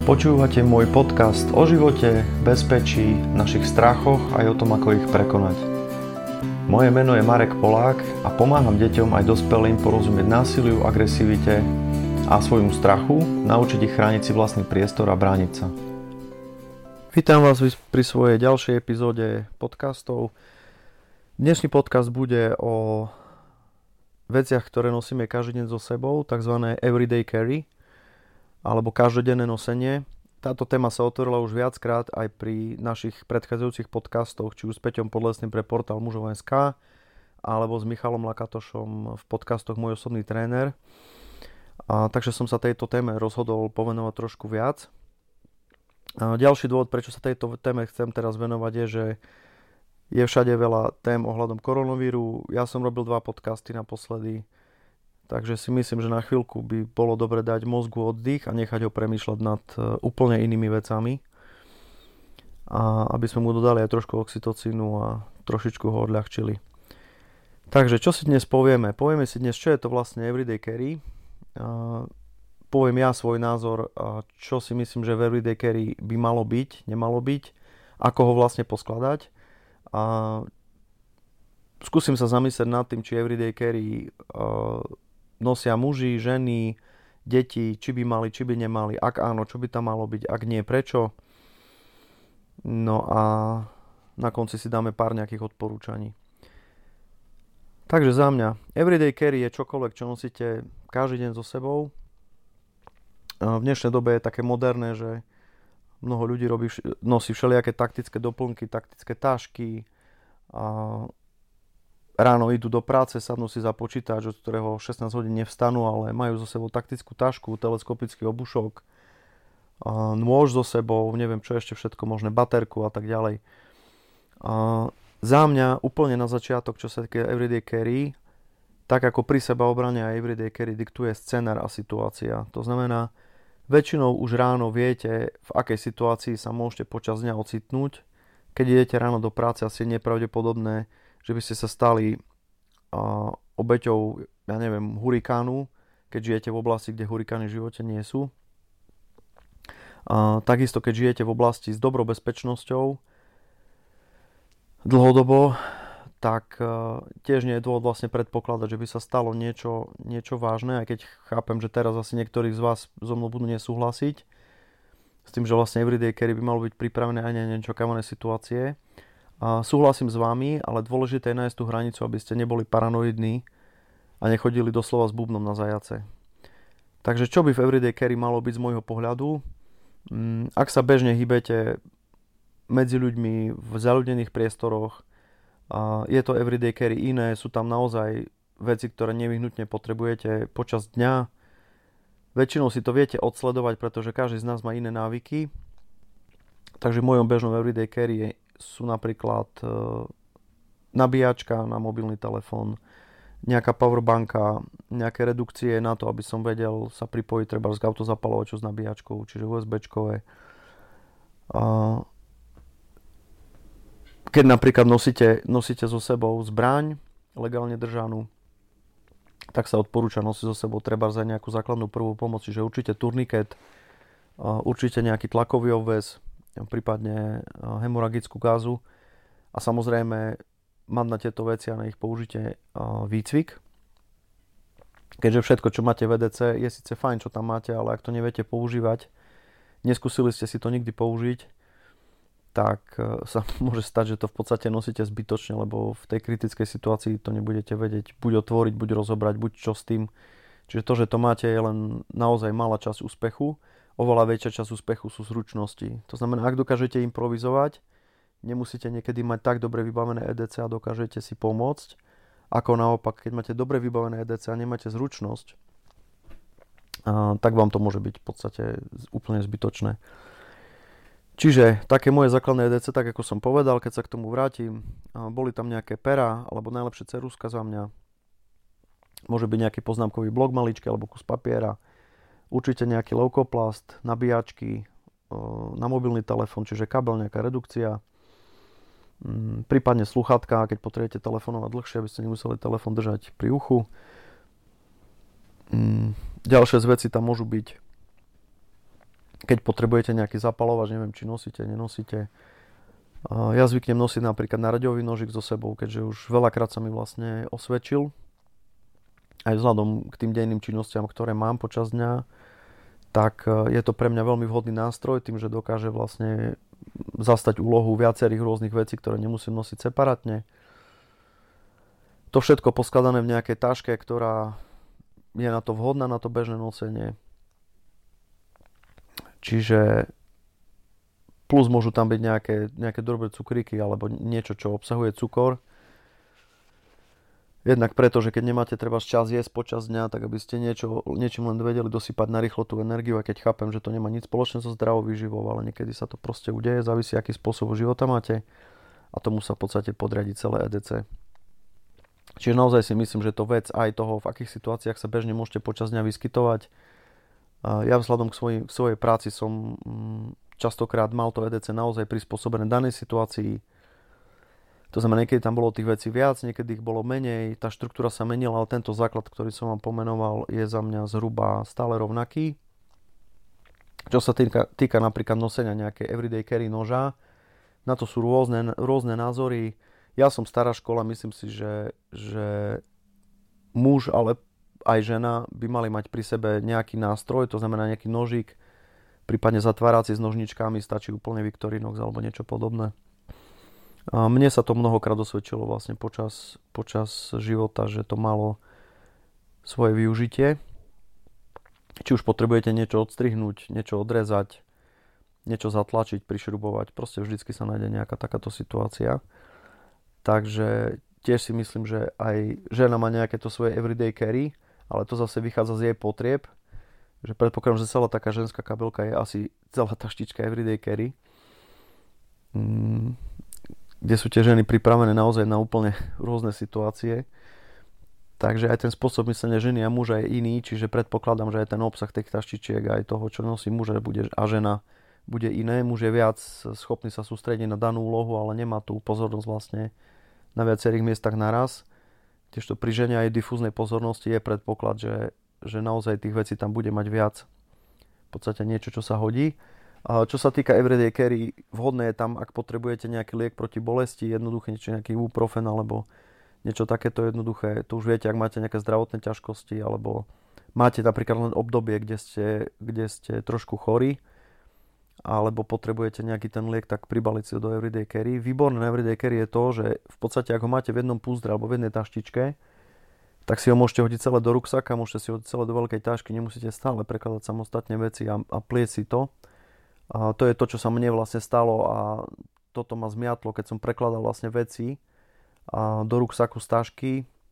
Počúvate môj podcast o živote, bezpečí, našich strachoch aj o tom, ako ich prekonať. Moje meno je Marek Polák a pomáham deťom aj dospelým porozumieť násiliu, agresivite a svojmu strachu, naučiť ich chrániť si vlastný priestor a brániť sa. Vítam vás pri svojej ďalšej epizóde podcastov. Dnešný podcast bude o veciach, ktoré nosíme každý deň so sebou, tzv. Everyday carry, alebo každodenné nosenie. Táto téma sa otvorila už viackrát aj pri našich predchádzajúcich podcastoch, či už s Peťom Podlesným pre portál Mužov.sk, alebo s Michalom Lakatošom v podcastoch Môj osobný tréner. Takže som sa tejto téme rozhodol povenovať trošku viac. Ďalší dôvod, prečo sa tejto téme chcem teraz venovať, je, že je všade veľa tém ohľadom koronavíru. Ja som robil 2 podcasty naposledy, takže si myslím, že na chvíľku by bolo dobre dať mozgu oddych a nechať ho premýšľať nad úplne inými vecami. A aby sme mu dodali aj trošku oxytocínu a trošičku ho odľahčili. Takže čo si dnes povieme? Povieme si dnes, čo je to vlastne Everyday Carry. Poviem ja svoj názor, čo si myslím, že v Everyday Carry by malo byť, nemalo byť, ako ho vlastne poskladať. A skúsim sa zamyslieť nad tým, či Everyday Carry nosia muži, ženy, deti, či by mali, či by nemali, ak áno, čo by tam malo byť, ak nie, prečo. No a na konci si dáme pár nejakých odporúčaní. Takže za mňa, Everyday Carry je čokoľvek, čo nosíte každý deň so sebou. V dnešnej dobe je také moderné, že mnoho ľudí nosí všelijaké taktické doplnky, taktické tašky, ráno idú do práce, sadnú si za počítač, od ktorého 16 hodín nevstanú, ale majú so sebou taktickú tašku, teleskopický obušok, nôž so sebou, neviem čo ešte všetko možné, baterku a tak ďalej. Za mňa úplne na začiatok, čo sa týka Everyday Carry, tak ako pri sebaobrane a Everyday Carry diktuje scenár a situácia. To znamená, väčšinou už ráno viete, v akej situácii sa môžete počas dňa ocitnúť. Keď idete ráno do práce, asi je nepravdepodobné, že by ste sa stali obeťou, ja neviem, hurikánu, keď žijete v oblasti, kde hurikány v živote nie sú. Takisto, keď žijete v oblasti s dobrou bezpečnosťou dlhodobo, tak tiež nie je dôvod vlastne predpokladať, že by sa stalo niečo vážne, aj keď chápem, že teraz asi niektorí z vás so mnou budú nesúhlasiť s tým, že vlastne Everyday Carry by malo byť pripravené aj na nečakané situácie. Súhlasím s vami, ale dôležité je nájsť tú hranicu, aby ste neboli paranoidní a nechodili doslova s bubnom na zajace. Takže čo by v Everyday Carry malo byť z môjho pohľadu? Ak sa bežne hýbete medzi ľuďmi v zaľudených priestoroch, je to Everyday Carry iné, sú tam naozaj veci, ktoré nevyhnutne potrebujete počas dňa. Väčšinou si to viete odsledovať, pretože každý z nás má iné návyky. Takže v mojom bežnom Everyday Carry sú napríklad nabíjačka na mobilný telefón, nejaká powerbanka, nejaké redukcie na to, aby som vedel sa pripojiť treba k autozapalovaču s nabíjačkou, čiže USB-čkové. Keď napríklad nosíte so sebou zbraň, legálne držanú, tak sa odporúča nosiť so sebou treba za nejakú základnú prvú pomoc, čiže určite turniket, určite nejaký tlakový obväz, prípadne hemoragickú gázu a samozrejme mať na tieto veci a na ich použitie výcvik. Keďže všetko, čo máte v EDC, je síce fajn, čo tam máte, ale ak to neviete používať, neskúsili ste si to nikdy použiť, tak sa môže stať, že to v podstate nosíte zbytočne, lebo v tej kritickej situácii to nebudete vedieť buď otvoriť, buď rozobrať, buď čo s tým. Čiže to, že to máte, je len naozaj malá časť úspechu. Oveľa väčšia časť úspechu sú zručnosti. To znamená, ak dokážete improvizovať, nemusíte niekedy mať tak dobre vybavené EDC a dokážete si pomôcť, ako naopak, keď máte dobre vybavené EDC a nemáte zručnosť, tak vám to môže byť v podstate úplne zbytočné. Čiže také moje základné EDC, tak ako som povedal, keď sa k tomu vrátim, boli tam nejaké pera, alebo najlepšie ceruska za mňa, môže byť nejaký poznámkový blok maličký, alebo kus papiera, určite nejaký leukoplast, nabíjačky na mobilný telefón, čiže kabel, nejaká redukcia, prípadne sluchátka, keď potrebujete telefonovať dlhšie, aby ste nemuseli telefón držať pri uchu. Ďalšie z veci tam môžu byť keď potrebujete nejaký zapalovač, neviem, či nosíte, nenosíte. Ja zvyknem nosiť napríklad náraďový nožik so sebou, keďže už veľakrát sa mi vlastne osvedčil. Aj vzhľadom k tým denným činnostiam, ktoré mám počas dňa, tak je to pre mňa veľmi vhodný nástroj, tým, že dokáže vlastne zastať úlohu viacerých rôznych vecí, ktoré nemusím nosiť separátne. To všetko poskladané v nejakej taške, ktorá je na to vhodná, na to bežné nosenie. Čiže plus môžu tam byť nejaké drobné cukríky alebo niečo, čo obsahuje cukor. Jednak preto, že keď nemáte treba čas jesť počas dňa, tak aby ste niečím len vedeli dosypať na rýchlo tú energiu, aj keď chápem, že to nemá nič spoločné so zdravou výživou, ale niekedy sa to proste udeje, závisí, aký spôsob života máte a tomu sa v podstate podriadiť celé EDC. Čiže naozaj si myslím, že to vec aj toho, v akých situáciách sa bežne môžete počas dňa vyskytovať. Ja vzhľadom k svojej práci som častokrát mal to EDC naozaj prispôsobené danej situácii. To znamená, niekedy tam bolo tých vecí viac, niekedy ich bolo menej, tá štruktúra sa menila, ale tento základ, ktorý som vám pomenoval, je za mňa zhruba stále rovnaký. Čo sa týka napríklad nosenia nejakej everyday carry noža, na to sú rôzne názory. Ja som stará škola, myslím si, že muž, ale aj žena by mali mať pri sebe nejaký nástroj, to znamená nejaký nožík, prípadne zatvárací s nožničkami, stačí úplne Victorinox alebo niečo podobné. A mne sa to mnohokrát osvedčilo vlastne počas života, že to malo svoje využitie. Či už potrebujete niečo odstrihnúť, niečo odrezať, niečo zatlačiť, prišrubovať, proste vždycky sa nájde nejaká takáto situácia. Takže tiež si myslím, že aj žena má nejaké to svoje everyday carry, ale to zase vychádza z jej potrieb, že predpokladám, že celá taká ženská kabelka je asi celá tá štička everyday carry, kde sú tie ženy pripravené naozaj na úplne rôzne situácie. Takže aj ten spôsob myslenia ženy a muža je iný, čiže predpokladám, že aj ten obsah tých taštičiek, aj toho, čo nosí muž a žena, bude iné. Muž je viac schopný sa sústrediť na danú úlohu, ale nemá tú pozornosť vlastne na viacerých miestach naraz. Tiež to pri žene aj difúznej pozornosti je predpoklad, že naozaj tých vecí tam bude mať viac. V podstate niečo, čo sa hodí. A čo sa týka everyday carry, vhodné je tam, ak potrebujete nejaký liek proti bolesti, jednoduché niečo, nejaký ibuprofen alebo niečo takéto jednoduché. To už viete, ak máte nejaké zdravotné ťažkosti alebo máte napríklad len obdobie, kde ste trošku chorí alebo potrebujete nejaký ten liek, tak pribaliť si ho do everyday carry. Výborné na everyday carry je to, že v podstate ak ho máte v jednom púzdre alebo v jednej taštičke, tak si ho môžete hodiť celé do ruksaka, môžete si ho hodiť celé do veľkej tašky, nemusíte stále prekladať samostatne veci a plieť si to. A to je to, čo sa mne vlastne stalo a toto ma zmiatlo, keď som prekladal vlastne veci do ruksaku z tašky.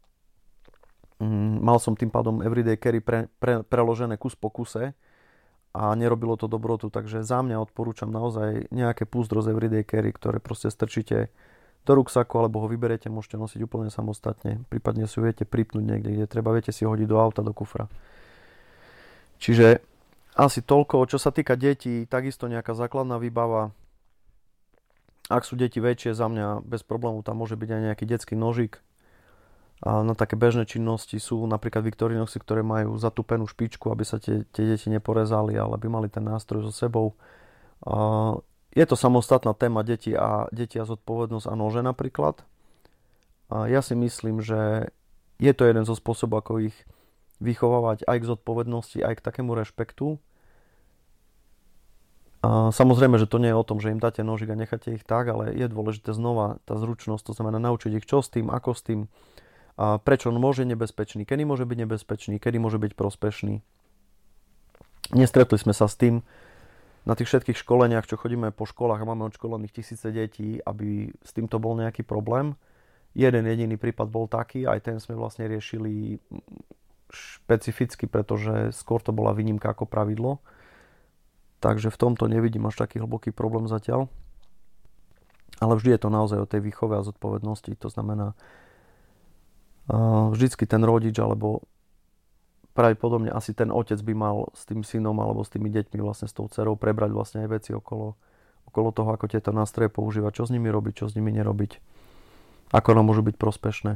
Mal som tým pádom everyday carry preložené kus po kuse a nerobilo to dobrotu, takže za mňa odporúčam naozaj nejaké púzdro z everyday carry, ktoré proste strčíte do ruksaku alebo ho vyberiete, môžete nosiť úplne samostatne, prípadne si ho viete pripnúť niekde, kde treba, viete si ho hodiť do auta, do kufra. Čiže asi toľko. Čo sa týka detí, takisto nejaká základná výbava. Ak sú deti väčšie, za mňa bez problému tam môže byť aj nejaký detský nožík. A na také bežné činnosti sú napríklad Victorinoxy, ktoré majú zatúpenú špičku, aby sa tie deti neporezali, ale aby mali ten nástroj so sebou. Je to samostatná téma deti a zodpovednosť a nože napríklad. Ja si myslím, že je to jeden zo spôsobov, ako ich vychovávať aj k zodpovednosti, aj k takému rešpektu. A samozrejme, že to nie je o tom, že im dáte nožik a necháte ich tak, ale je dôležité znova tá zručnosť, to znamená naučiť ich čo s tým, ako s tým, a prečo on môže nebezpečný, kedy môže byť nebezpečný, kedy môže byť prospešný. Nestretli sme sa s tým na tých všetkých školeniach, čo chodíme po školách a máme odškolených tisíce detí, aby s týmto bol nejaký problém. Jeden jediný prípad bol taký, aj ten sme vlastne riešili špecificky, pretože skôr to bola výnimka ako pravidlo. Takže v tomto nevidím až taký hlboký problém zatiaľ. Ale vždy je to naozaj o tej výchove a zodpovednosti. To znamená, vždycky ten rodič, alebo pravdepodobne asi ten otec by mal s tým synom alebo s tými deťmi, vlastne s tou dcerou prebrať vlastne aj veci okolo toho, ako tieto nástroje používať, čo s nimi robiť, čo s nimi nerobiť, ako nám môžu byť prospešné.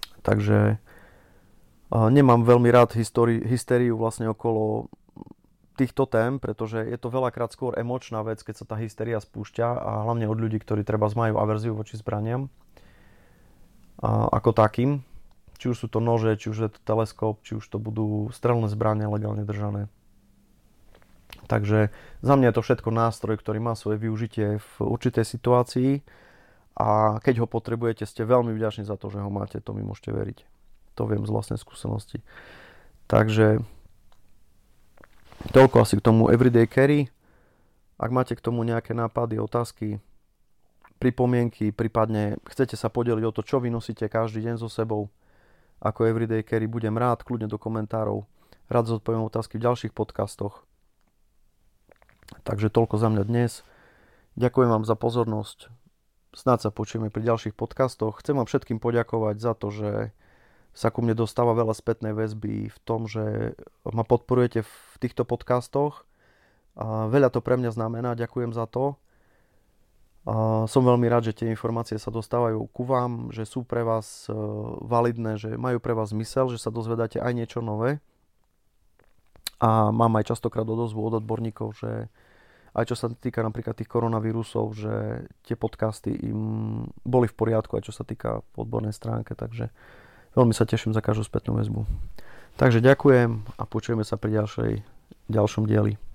Takže nemám veľmi rád hystériu vlastne okolo týchto tém, pretože je to veľakrát skôr emočná vec, keď sa tá hysteria spúšťa a hlavne od ľudí, ktorí treba majú averziu voči zbraniam ako takým. Či už sú to nože, či už je to teleskop, či už to budú strelné zbrane legálne držané. Takže za mňa je to všetko nástroj, ktorý má svoje využitie v určitej situácii a keď ho potrebujete, ste veľmi vďační za to, že ho máte, to mi môžete veriť. To viem z vlastnej skúsenosti. Takže toľko asi k tomu everyday carry. Ak máte k tomu nejaké nápady, otázky, pripomienky, prípadne chcete sa podeliť o to, čo vy nosíte každý deň so sebou, ako everyday carry, budem rád, kľudne do komentárov. Rád zodpoviem otázky v ďalších podcastoch. Takže toľko za mňa dnes. Ďakujem vám za pozornosť. Snáď sa počujeme pri ďalších podcastoch. Chcem vám všetkým poďakovať za to, že sa ku mne dostáva veľa spätnej väzby v tom, že ma podporujete v týchto podcastoch. Veľa to pre mňa znamená, ďakujem za to. Som veľmi rád, že tie informácie sa dostávajú ku vám, že sú pre vás validné, že majú pre vás zmysel, že sa dozvedáte aj niečo nové. A mám aj častokrát odozvu od odborníkov, že aj čo sa týka napríklad tých koronavírusov, že tie podcasty im boli v poriadku, aj čo sa týka odbornej stránke, takže veľmi sa teším za každú spätnú väzbu. Takže ďakujem a počujeme sa pri ďalšom dieli.